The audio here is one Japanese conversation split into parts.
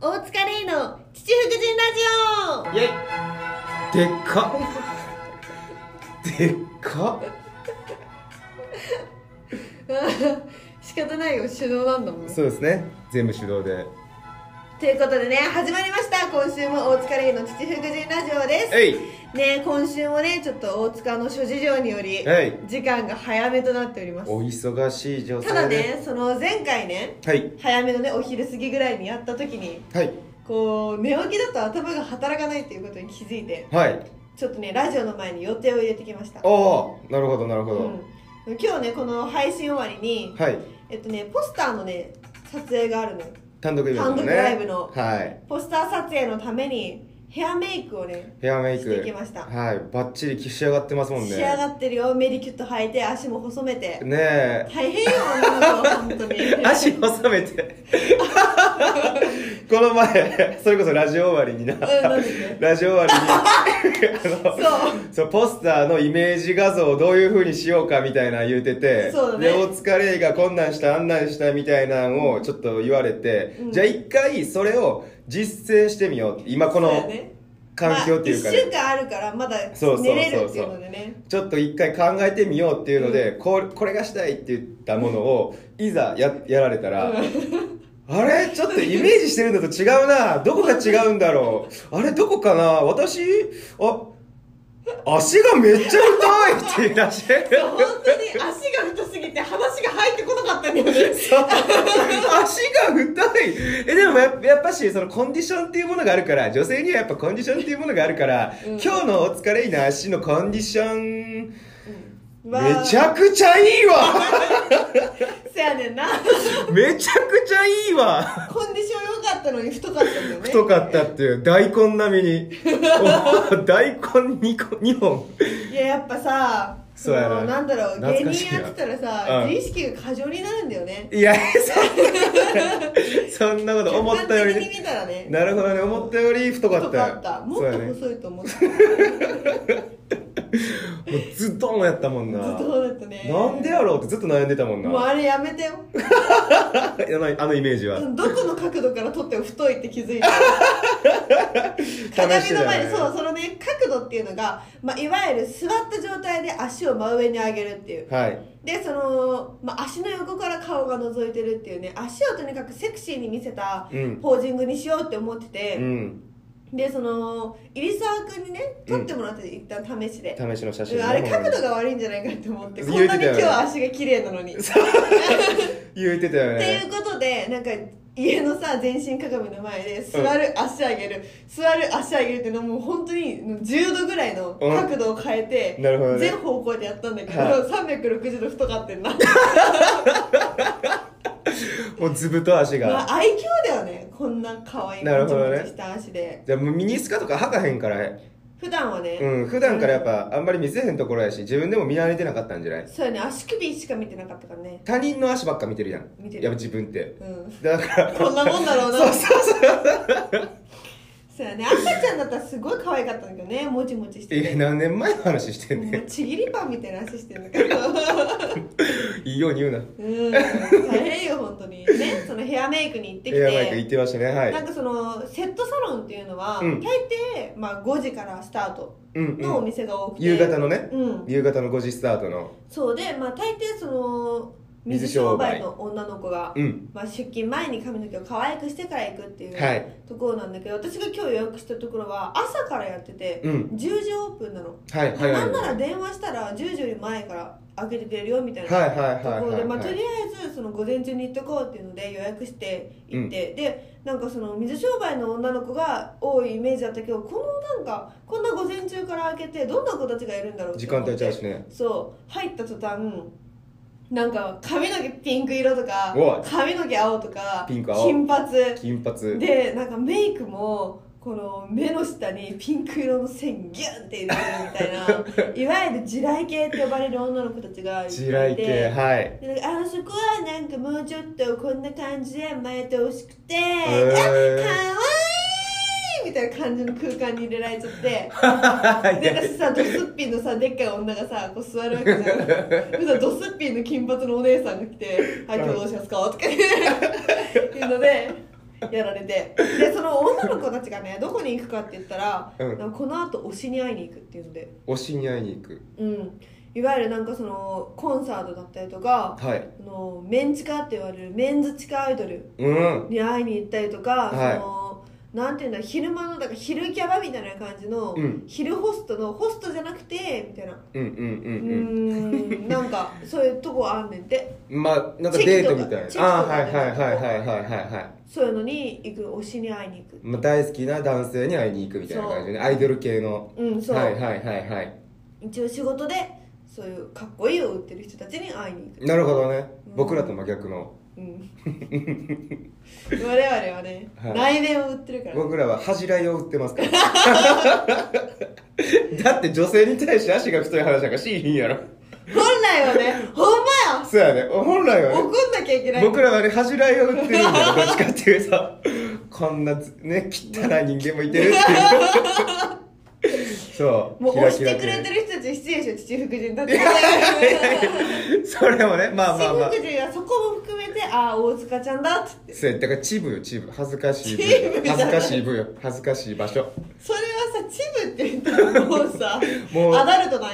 大塚レイの父福神ラジオ。 イエイ。でっかでっか仕方ないよ、手動なんだもん。 そうですね、全部手動で。 ということでね、始まりました。今週も大塚レイの父福神ラジオです。 えいね、今週もね、ちょっと大塚の諸事情により時間が早めとなっております。 お忙しい女性で。 ただね、その前回ね、 はい、 早めのね、お昼過ぎぐらいにやった時に、 はい、 こう寝起きだと頭が働かないっていうことに気づいて、 はい、 ちょっとね、ラジオの前に予定を入れてきました。 おー、なるほどなるほど、 今日ね、この配信終わりに、 はい、 ポスターのね、撮影があるのよ。 単独イベントのね、 単独ライブの、 はい、 ポスター撮影のためにヘアメイクをね、 ヘアメイクしてきました。 はい、バッチリ仕上がってますもんね。 仕上がってるよ。メリキュット履いて、足も細めてねえ、 大変よ、女の子本当に足細めてこの前それこそラジオ終わりにな、ラジオ終わりにそうポスターのイメージ画像をどういう風にしようかみたいな言うてて、 そうだね、 で大塚レイがこんなんしたあんなんしたみたいなのをちょっと言われて、じゃあ一回それを実践してみようって、今この環境っていうか、 1週間あるからまだ寝れるっていうのでね、 ちょっと一回考えてみようっていうので、これがしたいって言ったものをいざやられたら、あれちょっとイメージしてるのと違うな、どこが違うんだろう、あれどこかな、私足がめっちゃ太いって言い出して本当に足が太すぎて話が入ってこなかったんだよねそう、足が太い。でもやっぱしそのコンディションっていうものがあるから、女性にはやっぱコンディションっていうものがあるから、今日のお疲れいな足のコンディション、めちゃくちゃいいわそやねんなめちゃくちゃいいわ。 コンディション良かったのに太かったんだよね。 太かったっていう、大根並みに大根2本。 いや、やっぱさ、 そうやな、 なんだろう、芸人やってたらさ、自意識が過剰になるんだよね。 いや、そんなこと思ったより、 客観的に見たらね、 なるほどね、思ったより太かった。 太かった。もっと細いと思った。 もうズドンやったもんな。 ズドンだったね。 なんでやろうってずっと悩んでたもんな。 もうあれやめてよあのイメージはどこの角度から撮っても太いって気づいた鏡の前に、そのね、角度っていうのが、いわゆる座った状態で足を真上に上げるっていう、 はい、でその、足の横から顔が覗いてるっていうね、足をとにかくセクシーに見せたポージングにしようって思ってて、でその入澤君にね撮ってもらって、一旦試しの写真、ね、あれ角度が悪いんじゃないかって思って、こんなに今日足が綺麗なのに言うてたよね。 っていうことで、なんか家のさ、全身鏡の前で座る、足上げる、座る、足上げるっていうのをもう本当に10度ぐらいの角度を変えて、 なるほどね、 全方向でやったんだけど、360度太かってんなもうずぶと足が、 愛嬌だよね、こんな可愛いもちもちした足で。 じゃあもうミニスカとか履かへんから普段はね、 普段からやっぱあんまり見せへんところやし、自分でも見慣れてなかったんじゃない？ そうやね、足首しか見てなかったからね。 他人の足ばっか見てるやん。 見てる。 やっぱ自分って。 だからこんなもんだろうな。そうやね、赤ちゃんだったらすごい可愛かったんだけどね、もちもちしてて。 何年前の話してんねん。 ちぎりパンみたいな足してんだけどいいように言うな。 大変よ本当にね。そのヘアメイクに行ってきて、 ヘアメイク行ってましたね。はい。 なんかそのセットサロンっていうのは、大抵5時からスタートのお店が多くて、 夕方のね、夕方の5時スタートの。 そうで、大抵その水商売の女の子が、出勤前に髪の毛を可愛くしてから行くっていうところなんだけど、私が今日予約したところは朝からやってて、10時オープンなの。なんなら電話したら10時より前から開けてくれるよみたいなところで、とりあえずその午前中に行っとこうっていうので予約して行って、でなんかその水商売の女の子が多いイメージだったけど、こんな午前中から開けてどんな子たちがいるんだろうって思って、 時間帯ちゃうしね。 そう入った途端、なんか髪の毛ピンク色とか髪の毛青とか金髪で、なんかメイクもこの目の下にピンク色の線ギュンって入れてるみたいないわゆる地雷系って呼ばれる女の子たちがいて、 地雷系、はい、 であそこはなんかもうちょっとこんな感じで巻いてほしくて、かわいいみたいな感じの空間に入れられちゃってで私さ、ドスッピンのさでっかい女がさこう座るわけじゃんでさドスッピンの金髪のお姉さんが来て「はい、今日どうしますか?」とかいうのでやられて、でその女の子たちがねどこに行くかって言ったら、 うん、 なんかこのあと推しに会いに行くっていうんで、 推しに会いに行く、 うん、いわゆるなんかそのコンサートだったりとか、 はい、 メンチカって言われるメンズ地下アイドルに会いに行ったりとか、 はい、 そのなんていうんだ、昼間のだから昼キャバみたいな感じの、昼ホストのホストじゃなくてみたいな、なんかそういうとこあんねんて、 まあなんかデートみたいな、ああはいはいはいはいはいはい、 そういうのに行く、推しに会いに行く、 まあ、大好きな男性に会いに行くみたいな感じで、ね、アイドル系の、 そう、 はいはいはいはい、 一応仕事でそういうかっこいいを売ってる人たちに会いに行く。 なるほどね、僕らと真逆の、 我々はね、はい、内面を売ってるから、ね、 僕らは恥じらいを売ってますからだって女性に対して足が太い話なんかしいひんやろ。 本来はね、ほんまや、 そうやね、本来はね、 怒んなきゃいけない。 僕らはね、恥じらいを売ってるんだよ、どっちかっていうとこんなね、汚い人間もいてるっていうそうもう押してくれてる人たち失礼でしょ、父福神だってそれもね、まあまあまあ、 父福神はそこも含めて、ああ大塚ちゃんだって。 そうや、だからチブよ、チブ、恥ずかしい部よ、恥ずかしい部よ、恥ずかしい場所。 それはさ、チブって言ったらもうさもうアダルトなんよ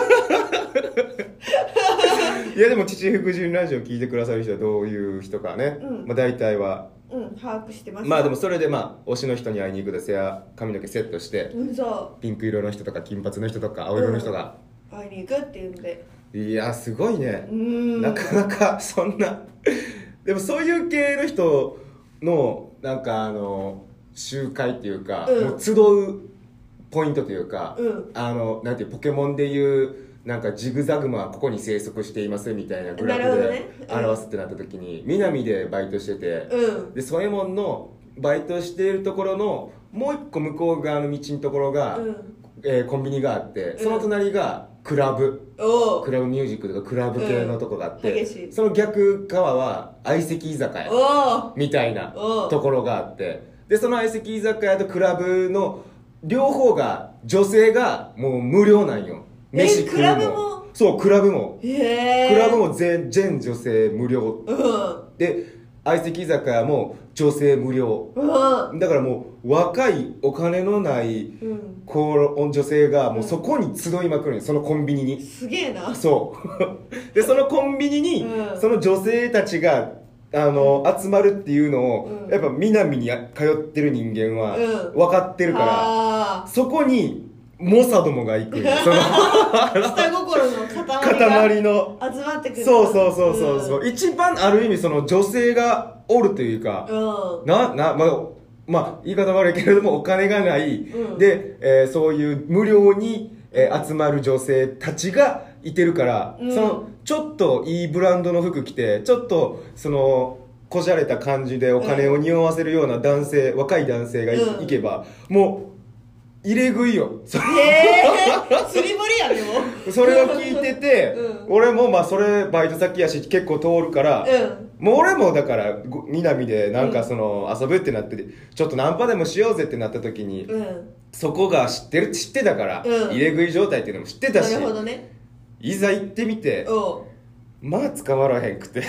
いやでも父福神ラジオ聞いてくださる人はどういう人かね、まあ大体は把握してます。 まあでもそれでまあ推しの人に会いに行くですや、髪の毛セットして、 そうピンク色の人とか金髪の人とか青色の人が、 会いに行くっていうので、 いやすごいね、なかなかそんなでもそういう系の人のなんか集会っていうか、もう集うポイントというか、なんていうポケモンでいうなんかジグザグマはここに生息していますみたいなグラフで表すってなった時に、南でバイトしてて、でソエモンのバイトしているところのもう一個向こう側の道のところが、コンビニがあって、その隣がクラブミュージックとかクラブ系のとこがあって、その逆側は相席居酒屋みたいなところがあって、でその相席居酒屋とクラブの両方が女性がもう無料なんよ。飯食うの。クラブも？そう、クラブも。クラブも全女性無料。で、相席居酒屋も女性無料。だからもう若いお金のない女性がもうそこに集いまくるんよ、そのコンビニに。 すげえな。 そうでそのコンビニにその女性たちが集まるっていうのを、やっぱ南に通ってる人間は分かってるから、そこに猛者どもが行くその下心の塊の集まってくる。 そう、一番ある意味その女性がおるというか、まあ言い方悪いけれどもお金がない、で、そういう無料に、集まる女性たちがいてるから、そのちょっといいブランドの服着てちょっとそのこじゃれた感じでお金を匂わせるような男性、若い男性がいけばもう入れ食いよ。 釣り堀やでもそれを聞いてて、俺もまあそれバイト先やし結構通るから、もう俺もだから南でなんかその遊ぶってなってて、ちょっとナンパでもしようぜってなった時に、そこが知ってたから、入れ食い状態っていうのも知ってたし、 なるほどね、 いざ行ってみてまあ捕まらへんくて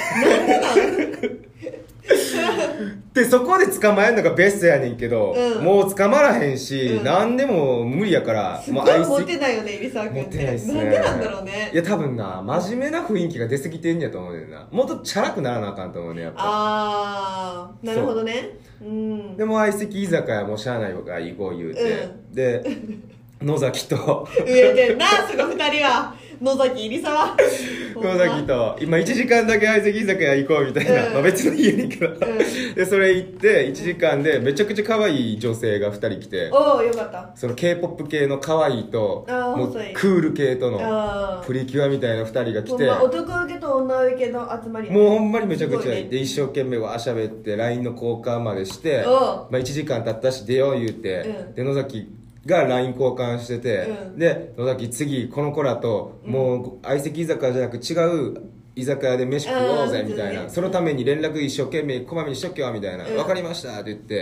でそこで捕まえるのがベストやねんけど、もう捕まらへんし、何でも無理やから。 すごいモテないよね、入澤君って。モテないっすね。なんでなんだろうね。 いや多分な、真面目な雰囲気が出過ぎてんやと思うねんな。もっとチャラくならなあかんと思うね、やっぱ。 なるほどね。 でも相席居酒屋もしゃあないわから行こう言うて、で野崎と植えてんな、そこ2人は。野崎入沢野崎と今1時間だけ相席居酒屋行こうみたいな、まあ別の家に行くけど、でそれ行って1時間でめちゃくちゃ可愛い女性が2人来て、 おおよかった。 その K-POP 系の可愛いともうクール系とのプリキュアみたいな2人が来て、 男受けと女受けの集まり、 もうほんまにめちゃくちゃいい、で一生懸命わーしゃべって LINE の交換までして、まあ1時間経ったし出よう言うて、で野崎が LINE 交換してて、で野崎次この子らともう相席居酒屋じゃなく違う居酒屋で飯食おうぜみたいな、そのために連絡一生懸命こまめにしとけよみたいな、分かりましたって言って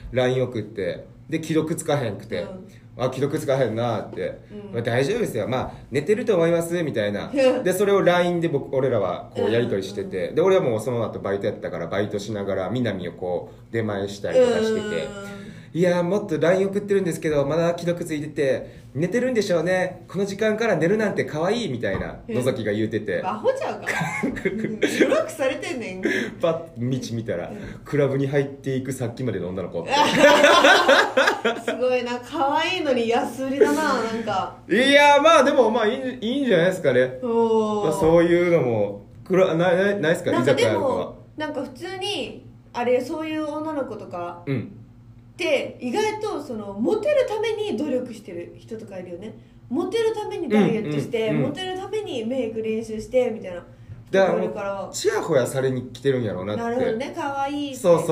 LINE 送ってで既読つかへんくて、既読つかへんなって、まあ、大丈夫ですよ、まあ寝てると思いますみたいなでそれを LINE で俺らはこうやり取りしてて、で俺はもうその後バイトやったからバイトしながら南をこう出前したりとかしてて、いやもっと LINE 送ってるんですけどまだ既読ついてて寝てるんでしょうね、この時間から寝るなんて可愛いみたいなのぞきが言うてて、 アホちゃうかブロックされてんねん。 パッ道見たら、クラブに入っていくさっきまでの女の子ってすごいな、可愛いのに安売りだな、なんか。 いやまあでもまあいいんじゃないですかね。そういうのもないですか、居酒屋とかは。 なんか普通にあれそういう女の子とかって意外とそのモテるために努力してる人とかいるよね。モテるためにダイエットして、モテるためにメイク練習してみたいな。 だからチヤホヤされに来てるんやろうなって。 なるほどね、可愛いって。 そう。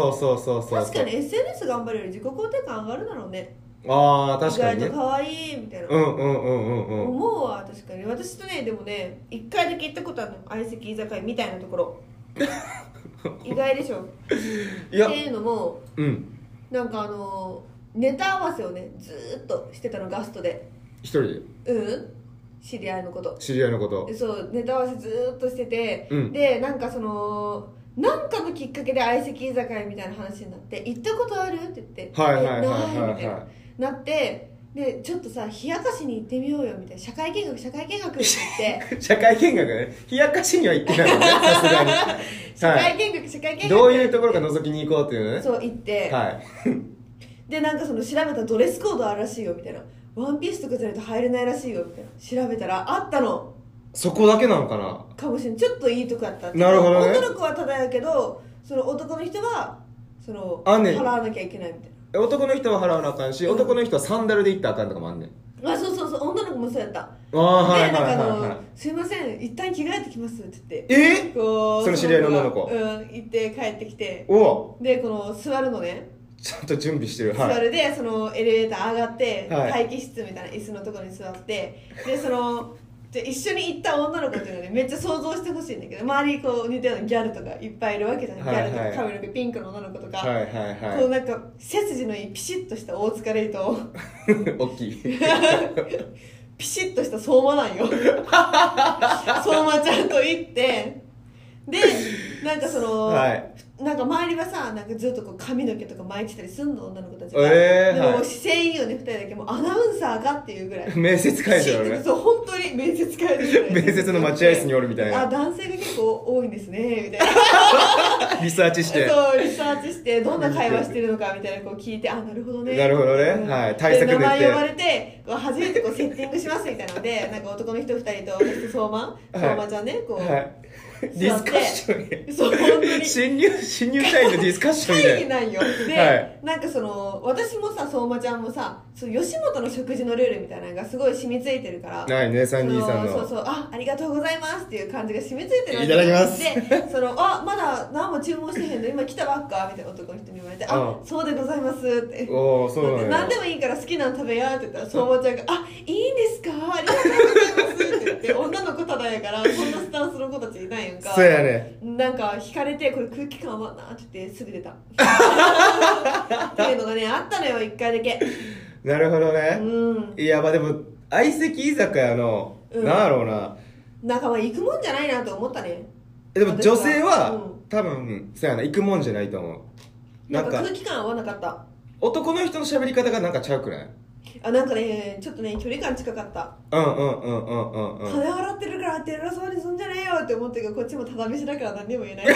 確かに SNS 頑張るより自己肯定感上がるだろうね。 ああ確かにね。 意外と可愛いみたいな。思うわ、確かに。私とね、でもね、1回だけ行ったことあるの、相席居酒屋みたいなところ。意外でしょ。っていうのも、なんかネタ合わせをねずーっとしてたの、ガストで。 一人で？ 知り合いのこと。そうネタ合わせずーっとしてて、でなんかそのなんかのきっかけで相席居酒屋みたいな話になって、行ったことあるって言って、ないみたいななって、でちょっとさ冷やかしに行ってみようよみたいな、社会見学って言って社会見学ね、冷やかしには行ってないのね、さすがに社会見学どういうところか覗きに行こうっていうのね。 そう行って、でなんかその調べたらドレスコードあるらしいよみたいな、ワンピースとかじゃないと入れないらしいよみたいな、調べたらあったの。 そこだけなのかな、 かもしれん。ちょっといいとこやったって。 なるほどね。 女の子はただやけど、その男の人はその払わなきゃいけないみたいな。 男の人は払わなあかんし、男の人はサンダルで行ったらあかんとかもあんねん。 そう女の子もそうやった。すいません一旦着替えてきますって言って、その知り合いの女の子行って帰ってきて、でこの座るのね、 ちゃんと準備してる。 座るでそのエレベーター上がって、待機室みたいな椅子のところに座って、でその一緒に行った女の子っていうのでめっちゃ想像してほしいんだけど、周りにこう似たようなギャルとかいっぱいいるわけじゃない、ギャルとか髪の毛ピンクの女の子とか、こうなんか背筋のいいピシッとした大塚レイと大きいピシッとした相馬なんよ相馬ちゃんと行って、でなんかその、なんか周りはさ、なんかずっとこう髪の毛とか巻いてたりすんの、女の子たちが。でも姿勢いいよね、2人だけ。もうアナウンサーかっていうぐらい。 面接会場ね。 そう、本当に面接会場。 面接の待合室におるみたいな。 男性が結構多いんですね、みたいな。 リサーチして。 そう、リサーチして、どんな会話してるのかみたいなこう聞いて、なるほどね。 なるほどね。はい。対策練って。 名前呼ばれて、初めてこうセッティングしますみたいなので、なんか男の人2人と、私と相馬ちゃんね、こう。 ディスカッションや。 そう、本当に新入社員のディスカッションみたいな。 なんよ。で、なんかその私もさ、相馬ちゃんもさ、吉本の食事のルールみたいなのがすごい染みついてるから、 はいね、3人さんのそうありがとうございますっていう感じが染みついてるわけ。 いただきます。 で、まだ何も注文してへんの、今来たばっかみたいな男の人に言われて、そうでございますって。 そうなんや。 何でもいいから好きなの食べやって言ったら、相馬ちゃんがいいんですか、ありがとうございますって言って、女の子ただやからそんなスタンスの子たちいないやんか。 そうやね。 なんか惹かれて、これ空気感合わんなって言ってすぐ出たっていうのがねあったのよ、1回だけ。 なるほどね。いやまあでも相席居酒屋の、なんだろうな、 なんか行くもんじゃないなと思ったね。 でも女性は、多分そうやな、行くもんじゃないと思う。 なんか空気感合わなかった。 男の人の喋り方がなんかちゃうくない？ なんかね、ちょっとね、距離感近かった。金払ってるからって偉そうにすんじゃねえよって思ってるけど、こっちもただ飯だから何でも言えない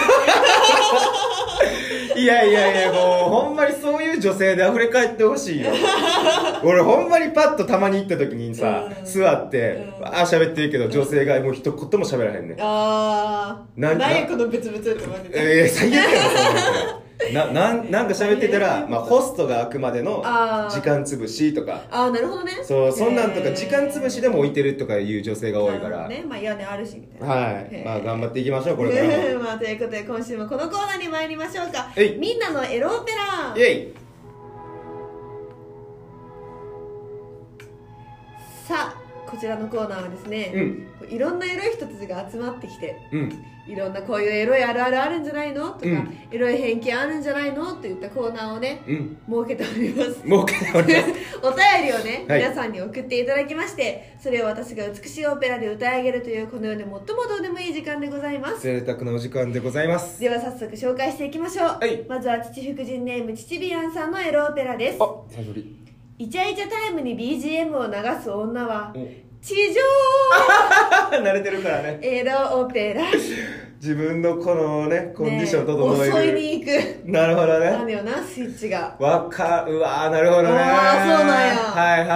いやもうほんまにそういう女性で溢れ返ってほしいよ俺ほんまにパッとたまに行った時にさ、座って喋ってるけど、女性がもう一言も喋らへんねん。 何やこのブツブツって思って最悪やなんか喋ってたら、ホストがあくまでの時間つぶしとか、 なるほどね。 そんなんとか時間つぶしでも置いてるとかいう女性が多いからね、屋根あるしみたいな。頑張っていきましょう、これからということで今週もこのコーナーに参りましょうか。みんなのエロオペラ。 イエイ。 さあ、 こちらのコーナーはですね、いろんなエロい人たちが集まってきて、いろんなこういうエロいあるあるあるんじゃないのとか、エロい偏見あるんじゃないのといったコーナーをね、設けております。お便りをね、皆さんに送っていただきまして、それを私が美しいオペラで歌い上げるというこの世で最もどうでもいい時間でございます。 贅沢なお時間でございます。 では早速紹介していきましょう。まずは父福神ネーム父ビアンさんのエロオペラです。 最初にイチャイチャタイムに BGM を流す女は地上慣れてるからね。 エロオペラ自分のこのねコンディション整える、 襲いに行く。 なるほどね。 なんだよな、スイッチがうわー、なるほどね。 そうなんや。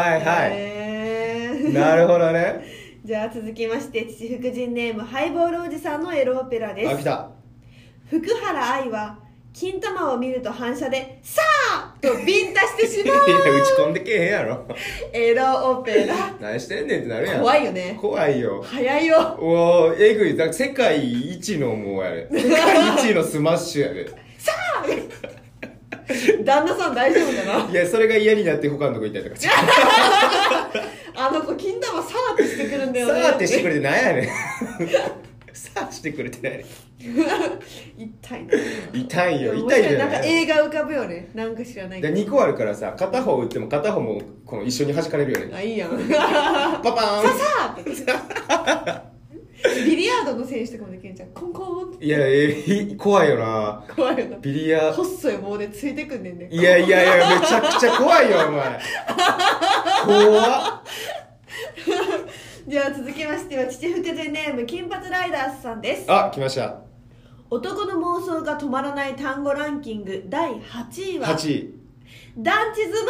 はいなるほどね。 じゃあ続きまして父福神ネームハイボールおじさんのエロオペラです。 来た。 福原愛は金玉を見ると反射でさあとビンタしてしまう打ち込んでけえへんやろ。 エロオペラ何してんねんってなるやん。 怖いよね。 怖いよ。 早いよ。 おー、えぐい。だから世界一のもうやれ。世界一のスマッシュやで。 さあ旦那さん大丈夫かな。 いや、それが嫌になって他のとこ行ったりとか。 あの子金玉さあってしてくるんだよね。 さあってしてくれてなんやねん。さあしてくれてないね。 痛いな。 痛いよ、痛いよね。 なんか映画浮かぶよね。なんか知らないけど。 2個あるからさ、片方打っても片方もこの一緒に弾かれるよね。 あ、いいやん。 パパーン。 ささービリヤードの選手とかもできるじゃん。コンコンって。 いや、怖いよな。 怖いよな。 ビリヤード。 細い棒でついてくんねんね。 いや、めちゃくちゃ怖いよ、お前。怖っ。 じゃあ続きましては父福神ネーム金髪ライダースさんです。 あ、来ました。 男の妄想が止まらない単語ランキング第8位は 8位団地相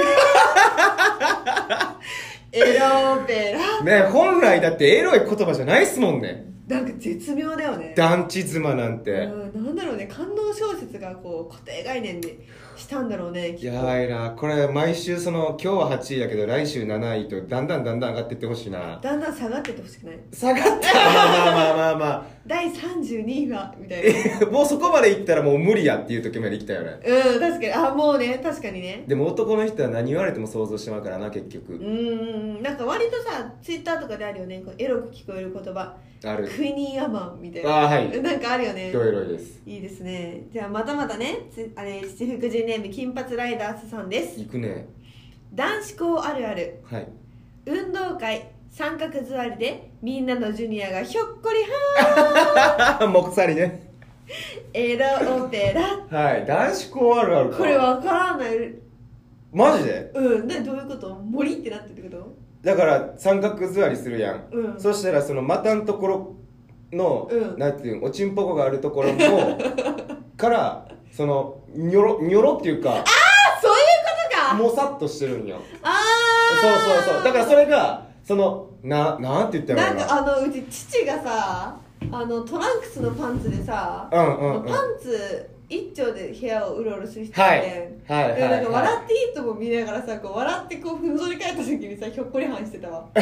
撲エロオペラね。本来だってエロい言葉じゃないっすもんね。 なんか絶妙だよね。 団地妻なんて、 なんだろうね、官能小説がこう固定概念でしたんだろうね。 やばいな。これ毎週今日は8位だけど来週7位とだんだん上がっていってほしいな。 だんだん下がってってほしくない？ 下がったまあ第32位はみたいな。 もうそこまでいったらもう無理やっていう時まで来たよね。 確かに。もうね、確かにね。 でも男の人は何言われても想像してまうからな、結局。 なんか割とさ、ツイッターとかであるよね、こうエロく聞こえる言葉。 ある。 クイニーアマンみたいな。 はい。 なんかあるよね。 エロいです。 いいですね。じゃあまたね、父福神ネーム金髪ライダースさんです。 いくね。 男子校あるある。 はい。 運動会三角座りでみんなのジュニアがひょっこりはーもくさりね。 エロオペラ。 はい。男子校あるあるか。 これわからない。 マジで？ でどういうこと？森ってなってるってこと？ だから三角座りするやん、そしたらその股のところの、なんていうの、おちんぽこがあるところもからそのニョロっていうか、 そういうことか。 もさっとしてるんよ。 そうだからそれがそのなんて言ったらいいのかな。 なんかうち父がさトランクスのパンツでさ、パンツ一丁で部屋をうろうろする人で、なんか笑っていいとも見ながらさ、こう笑ってこうふんぞり返った時にさ、ひょっこりはんしてたわ。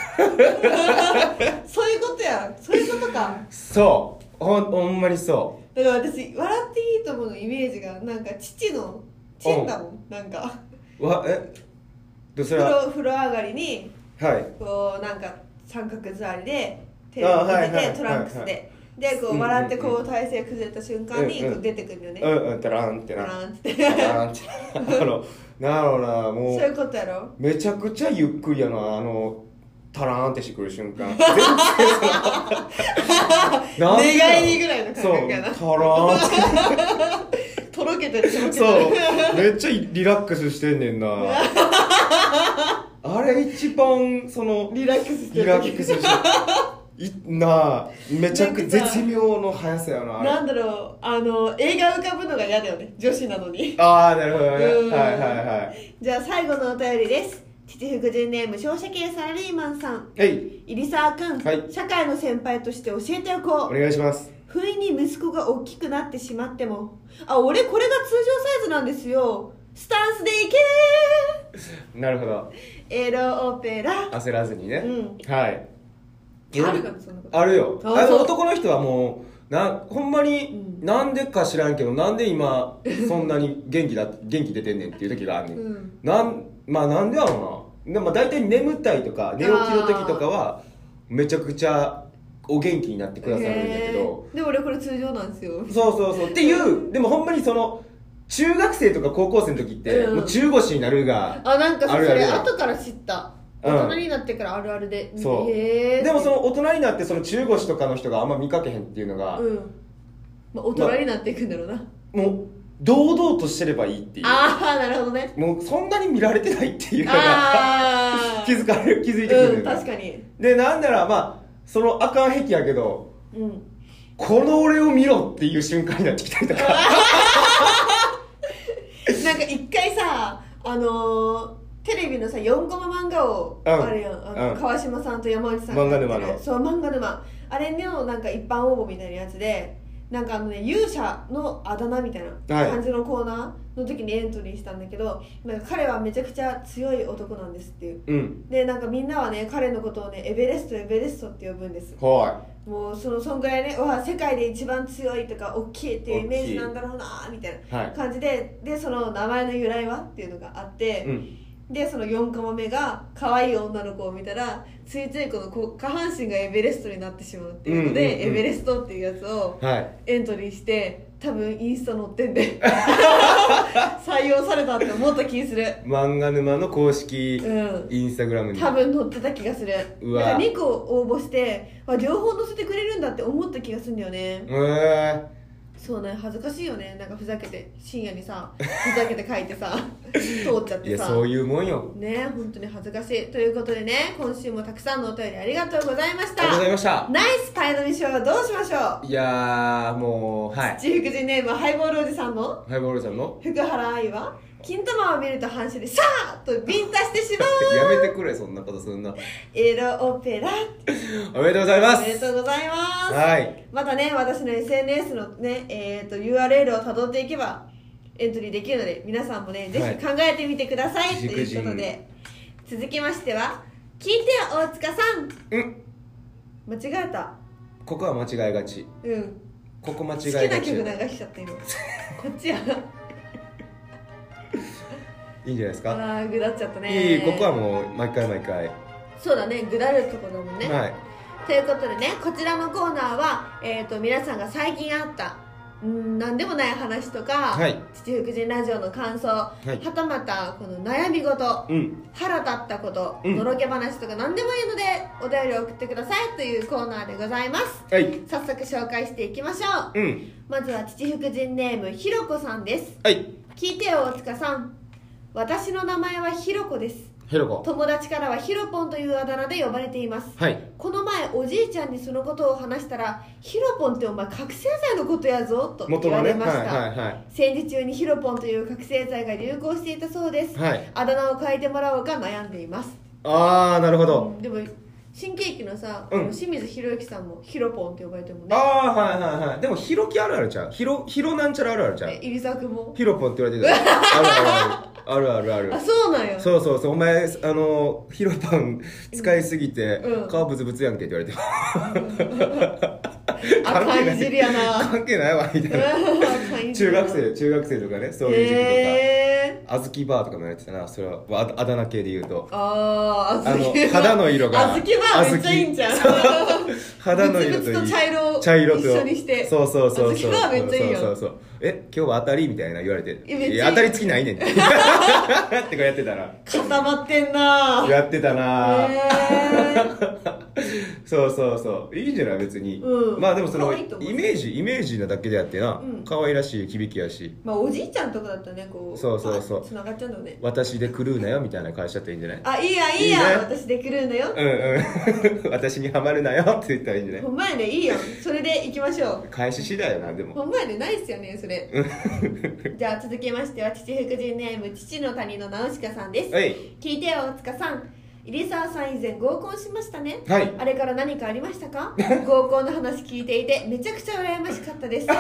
そういうことや。そういうことか。 そうほんまにそう。 だから私笑っていいとものイメージがなんか父のチンだもん。なんか風呂上がりに、こうなんか三角座りで手を入れてトランクスで。でこう笑ってこう体勢崩れた瞬間にこう出てくるよね。タランってな。なるほどな、もうそういうことやろ。 めちゃくちゃゆっくりやな、タラーンってしてくる瞬間。 願いにぐらいの感覚やな。 そう、タラーンって。 とろけてる。そう、 めっちゃリラックスしてんねんな。あれ一番リラックスしてる。 めちゃくちゃ絶妙の速さやな。 なんだろう、映画浮かぶのが嫌だよね、女子なのに。 なるほどね。 じゃあ最後のお便りです。父福神ネーム商社系サラリーマンさん。入澤君、社会の先輩として教えておこう。 お願いします。 不意に息子が大きくなってしまっても、俺これが通常サイズなんですよ、スタンスでいけー。なるほど。 エロオペラ。 焦らずにね。 あるかな、そんなこと。 あるよ。男の人はもうほんまになんでか知らんけど、なんで今そんなに元気出てんねんっていう時があるねん。なんでやろうな。 でも大体眠たいとか寝起きの時とかはめちゃくちゃお元気になってくださるんだけど、 でも俺これ通常なんですよ。 そうっていうでもほんまにその中学生とか高校生の時って、もう中腰になるがなんかそれ後から知った。大人になってからあるあるで。 そうでもその大人になってその中腰とかの人があんま見かけへんっていうのが、 大人になっていくんだろうな。 もう堂々としてればいいっていう。 なるほどね。 もうそんなに見られてないっていうのが気づいてくる、 確かに。 でなんならまあそのあかん癖やけど、この俺を見ろっていう瞬間になってきたりとかなんか一回さテレビのさ4コマ漫画をあれやん、川島さんと山内さんがやってる漫画沼のそう漫画沼あれのなんか一般応募みたいなやつでなんか勇者のあだ名みたいな感じのコーナーの時にエントリーしたんだけど、なんか彼はめちゃくちゃ強い男なんですっていう、でなんかみんなはね彼のことをねエベレストって呼ぶんです。もうそんぐらいね世界で一番強いとか大きいっていうイメージなんだろうなみたいな感じで、でその名前の由来はっていうのがあって、でその4コマ目が可愛い女の子を見たらついついこの下半身がエベレストになってしまうっていうので、エベレストっていうやつをエントリーして、多分インスタ載ってんで採用されたって思った気する。 漫画沼の公式インスタグラムに多分載ってた気がする。だから2個応募して両方載せてくれるんだって思った気がするんだよね。そうね、恥ずかしいよね。なんかふざけて深夜にさふざけて書いてさ通っちゃってさ、 いやそういうもんよね。本当に恥ずかしい。ということでね、今週もたくさんのお便りありがとうございました。 ありがとうございました。 ナイスパイのミショーはどうしましょう。 いやもう七福神ネームハイボールおじさんの福原愛は金玉を見ると反射でさーっとビンタしてしまうやめてくれ、そんなことすんな。 エロオペラおめでとうございます。 おめでとうございます。またね、私の SNS のね、URL をたどっていけばエントリーできるので、皆さんもねぜひ考えてみてください、ということで、続きましては聞いてよ大塚さん。間違えた。 ここは間違いがち。ここ間違いがち。好きな曲流しちゃった今こっちやいいんじゃないですか。 ぐだっちゃったね。 ここはもう毎回そうだね、ぐだるとこだもんね。ということでね、こちらのコーナーは、皆さんが最近あったなんでもない話とか、父福神ラジオの感想、はたまたこの悩み事、腹立ったこと、のろけ話とか何でもいいのでお便りを送ってくださいというコーナーでございます。早速紹介していきましょう。まずは父福神ネームひろこさんです。聞いてよ大塚さん。私の名前はひろこです。友達からはひろぽんというあだ名で呼ばれています。この前おじいちゃんにそのことを話したら、ひろぽんってお前覚醒剤のことやぞと言われました。戦時中にひろぽんという覚醒剤が流行していたそうです。あだ名を変えてもらおうか悩んでいます。 なるほど。 でも新喜劇のさ、清水宏之さんもヒロポンって呼ばれてるもんね。 でもヒロキあるあるちゃう。ヒロなんちゃらあるあるちゃう。 入澤君もヒロポンって言われてた。ある。 そうなんや。 そうお前ヒロパン使いすぎて顔ブツブツやんけって言われて赤いじりやな。 関係ないわみたいな。中学生とかね、そういう時期とかあずきバーとかもやってたな。それはあだ名系で言うと肌の色があずきバーめっちゃいいんじゃん。 肌の色といい茶色と一緒にして、 そうあずきバーめっちゃいいよ。 今日は当たりみたいな言われて、当たりつきないねんってこうやってたら固まってんな。 やってたな。そういいんじゃない別に。まあでもそのイメージなだけであってな、可愛らしい響きやし、 おじいちゃんとかだったらね、こうそうつながっちゃうんだよね。 私で狂うなよみたいな返しちゃっていいんじゃない。 いいや私で狂うなよ。 私にはまるなよって言ったらいいんじゃない。 ほんまやね、いいよ。それでいきましょう。 返し次第よな。でもほんまやね、ないっすよねそれ。じゃあ続きましては父福神ネーム父の谷のナウシカさんです。聞いてよ大塚さん。入澤さん以前合コンしましたね。あれから何かありましたか？合コンの話聞いていてめちゃくちゃ羨ましかったです。そ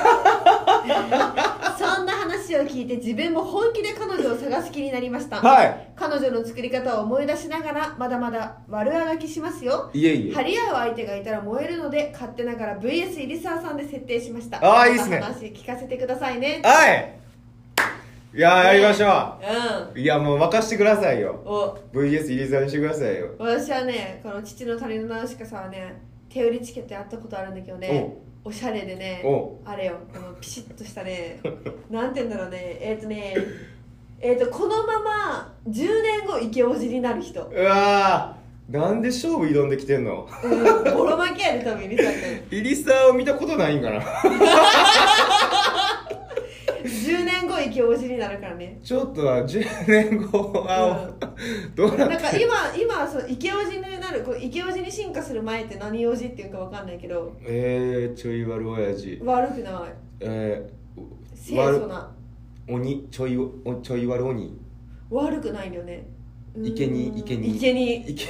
んな話を聞いて自分も本気で彼女を探す気になりました。彼女の作り方を思い出しながらまだまだ悪あがきしますよ。張り合う相手がいたら燃えるので勝手ながら VS 入澤さんで設定しました。 いいっすね。 話聞かせてくださいね。 いやー、やりましょう。 いや、もう任してくださいよ。 お VS 入澤にしてくださいよ。 私はね、この父の谷のナウシカさんはね、手売りチケットやったことあるんだけどね、おしゃれでね、あれよ、このピシッとしたね、なんて言うんだろうね、このまま10年後イケオジになる人。 うわー、なんで勝負挑んできてんの？ ボロ負けやで、多分入澤君。 入澤を見たことないんかな。 10年後イケオジになるからね。 ちょっとは10年後は、どうなってなんか今そうイケオジになる、こうイケオジに進化する前って何オジっていうかわかんないけど、 ちょい悪親父、 悪くない、清楚な鬼、ちょい悪鬼、 悪くないんだよね。 イケ兄ちゃん、 イケ兄貴、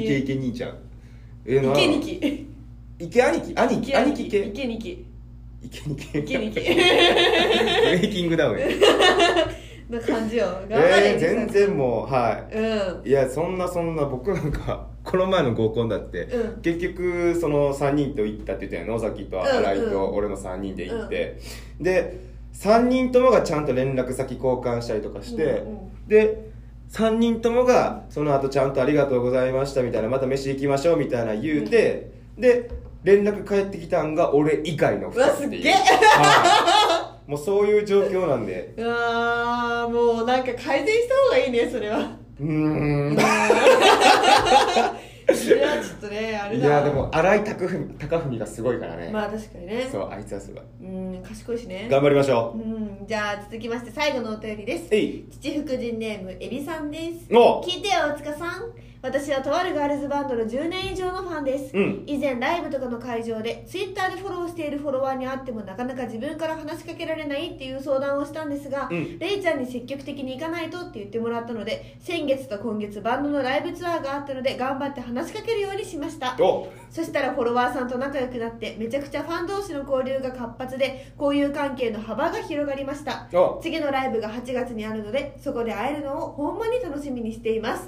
イケ兄貴系、 イケ兄貴ブレイキングダウンな感じよ。頑張れ、 全然もういや、そんな僕なんかこの前の合コンだって、結局その3人と行ったって言ったよ、野崎と新井と俺の3人で行って、で3人ともがちゃんと連絡先交換したりとかして、で3人ともがその後ちゃんとありがとうございましたみたいな、また飯行きましょうみたいな言うて、で連絡返ってきたんが俺以外の2人。うわ、すっげえ。もうそういう状況なんで。 もうなんか改善した方がいいね、それは。それはちょっとね、あれだ。 いや、でも新井貴文がすごいからね。 まあ確かにね。 そう、あいつはすごい。 賢いしね。 頑張りましょう。 じゃあ続きまして最後のお便りです。父福神ネームエビさんです。聞いてよ、大塚さん。私はとあるガールズバンドの10年以上のファンです。以前ライブとかの会場でツイッターでフォローしているフォロワーに会ってもなかなか自分から話しかけられないっていう相談をしたんですが、レイちゃんに積極的に行かないとって言ってもらったので、先月と今月バンドのライブツアーがあったので頑張って話しかけるようにしました。そしたらフォロワーさんと仲良くなってめちゃくちゃファン同士の交流が活発で、交友関係の幅が広がりました。次のライブが8月にあるので、そこで会えるのをほんまに楽しみにしています。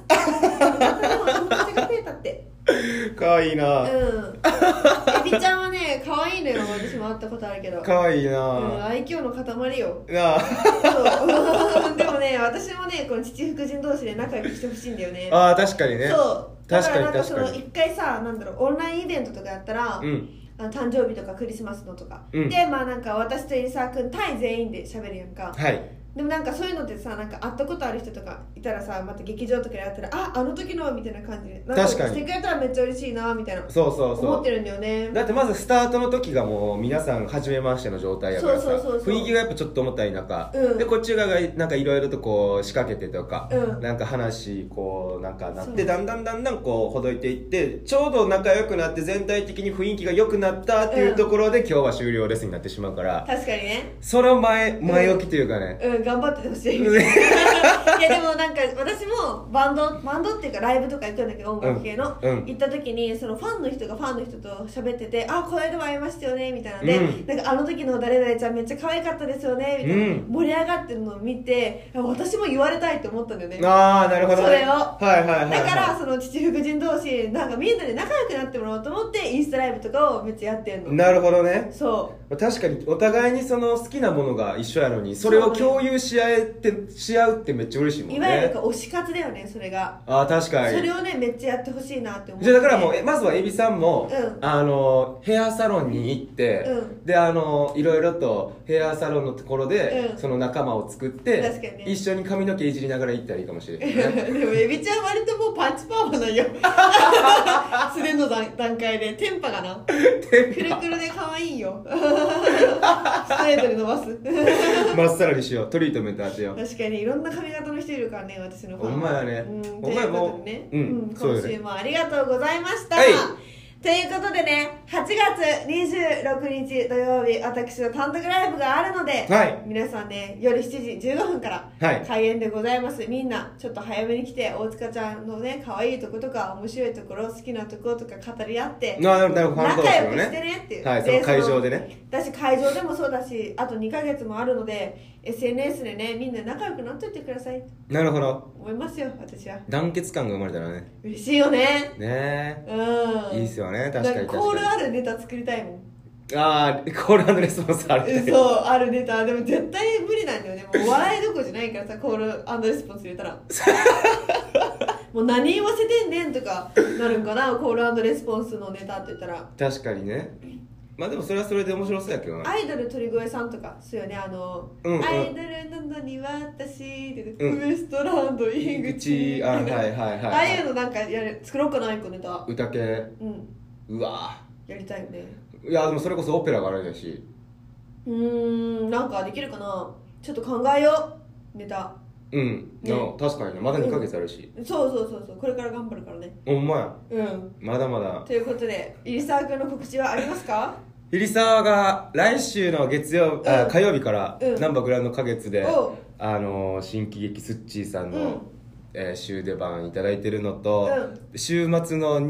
かわいいな。 エビちゃんはね、かわいいのよ。私も会ったことあるけど。 かわいいな。 愛嬌の塊よ。 なあ。 そう。でもね、私もね、この父福神同士で仲良くしてほしいんだよね。 確かにね。 そう。だからなんかその一回さ、なんだろう、オンラインイベントとかやったら、誕生日とかクリスマスのとか、でまあなんか私と入澤君対全員で喋るやんか。でもなんかそういうのってさ、なんか会ったことある人とかいたらさ、また劇場とかでやったら、あの時のみたいな感じで、なんかしてくれたらめっちゃ嬉しいなみたいな、思ってるんだよね。 だってまずスタートの時がもう皆さん初めましての状態やからさ、雰囲気がやっぱちょっと重たい中、でこっち側がなんかいろいろとこう仕掛けてとか、なんか話こうなんかなって、だんだんこうほどいていって、ちょうど仲良くなって全体的に雰囲気が良くなったっていうところで、今日は終了ですになってしまうから。 確かにね。 その前置きというかね、 頑張っててほしい。いやでもなんか私もバンドっていうかライブとか行くんだけど、音楽系の、行った時にそのファンの人がファンの人と喋ってて、この間も会いましたよねみたいなで、なんかあの時の誰々ちゃんめっちゃ可愛かったですよねみたいな、盛り上がってるのを見て、私も言われたいって思ったんだよね。 なるほどね。 それをだからその父福神同士なんかみんなで仲良くなってもらおうと思ってインスタライブとかをめっちゃやってんの。 なるほどね。 そう確かにお互いにその好きなものが一緒やのに、それを共有し合うってめっちゃ嬉しいもんね。 いわゆる推し活だよね、それが。 確かにそれをねめっちゃやってほしいなって思って。 じゃあだからもうまずはエビさんも、ヘアサロンに行って、でいろいろとヘアサロンのところで、その仲間を作って、 確かにね、 一緒に髪の毛いじりながら行ったらいいかもしれない、ね、 でもエビちゃん割ともうパンチパーマなんよ。素手の段階でテンパがなくるくるで可愛いよ。ストレートに伸ばす。 まっさらにしよう、トリートメント当てよう。 確かにいろんな髪型の人いるからね、私のファン。 ほんまやね。 ということでね、今週もありがとうございました。ということでね、8月26日土曜日、私の単独ライブがあるので、皆さんね、夜7時15分から開演でございます。みんなちょっと早めに来て、大塚ちゃんのね、可愛いとことか面白いところ、好きなところとか語り合って仲良くしてねっていう。 その会場でね。 私会場でもそうだし、あと2ヶ月もあるので SNS でね、みんな仲良くなっといてください。 なるほど。 思いますよ、私は。 団結感が生まれたらね、 嬉しいよね。 ねえ、いいっすよね。確かにコールあるネタ作りたいもん。 コール&レスポンスある。 そう、あるネタ。でも絶対無理なんだよね。もう笑いどころじゃないからさ、コール&レスポンス入れたらもう何言わせてんねんとかなるんかな、コール&レスポンスのネタって言ったら。 確かにね。まあでもそれはそれで面白そうやけどな。 アイドル鳥越さんとかそうよね、アイドルなのに私って、ウエストランド井口、 はいはいはい、 ああいうのなんか作ろうかな、一個ネタ。 歌系。うわやりたいよね。 いやでもそれこそオペラがあるんやし、 なんかできるかな、ちょっと考えようネタ。 確かにね、まだ2ヶ月あるし、 そうこれから頑張るからね。 ほんまや。まだまだ。 ということで、入澤君の告知はありますか？ 入澤が来週の火曜日からなんばグランド花月で新喜劇スッチーさんの週出番いただいてるのと、週末の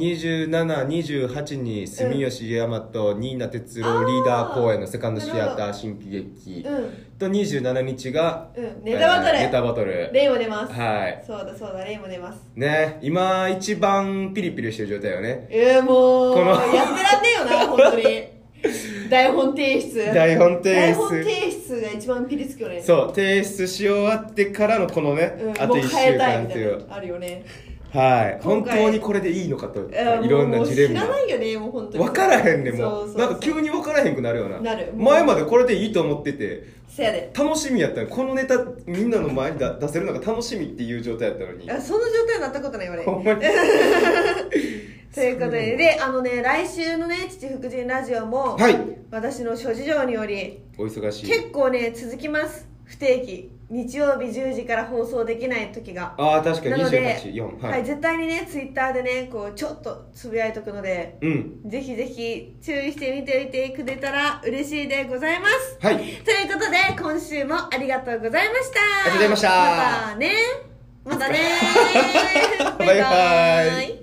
27、28に住吉大和新名哲郎リーダー公演のセカンドシアター新喜劇と、27日がネタバトルレイも出ます。はい、そうだレイも出ますね。今一番ピリピリしてる状態よね。 もうやってらんねえよな本当に台本提出が一番ピリつくよね。 そう、提出し終わってからのこのね、あと1週間っていうあるよね。 はい、本当にこれでいいのかといろんなジレンマ。 知らないよね、もう本当に分からへんね。もうなんか急に分からへんくなるよな。 前までこれでいいと思っててせやで楽しみやったの。このネタみんなの前に出せるのが楽しみっていう状態やったのに、 その状態になったことないわね。ほんまにということで、来週のね父福神ラジオも、私の諸事情によりお忙しい、 結構ね続きます。不定期日曜日10時から放送できない時が。 確かに 28、4、絶対にねツイッターでねこうちょっとつぶやいとくので、ぜひぜひ注意して見ておいてくれたら嬉しいでございます。ということで今週もありがとうございました。 ありがとうございました。 またねバイバイ。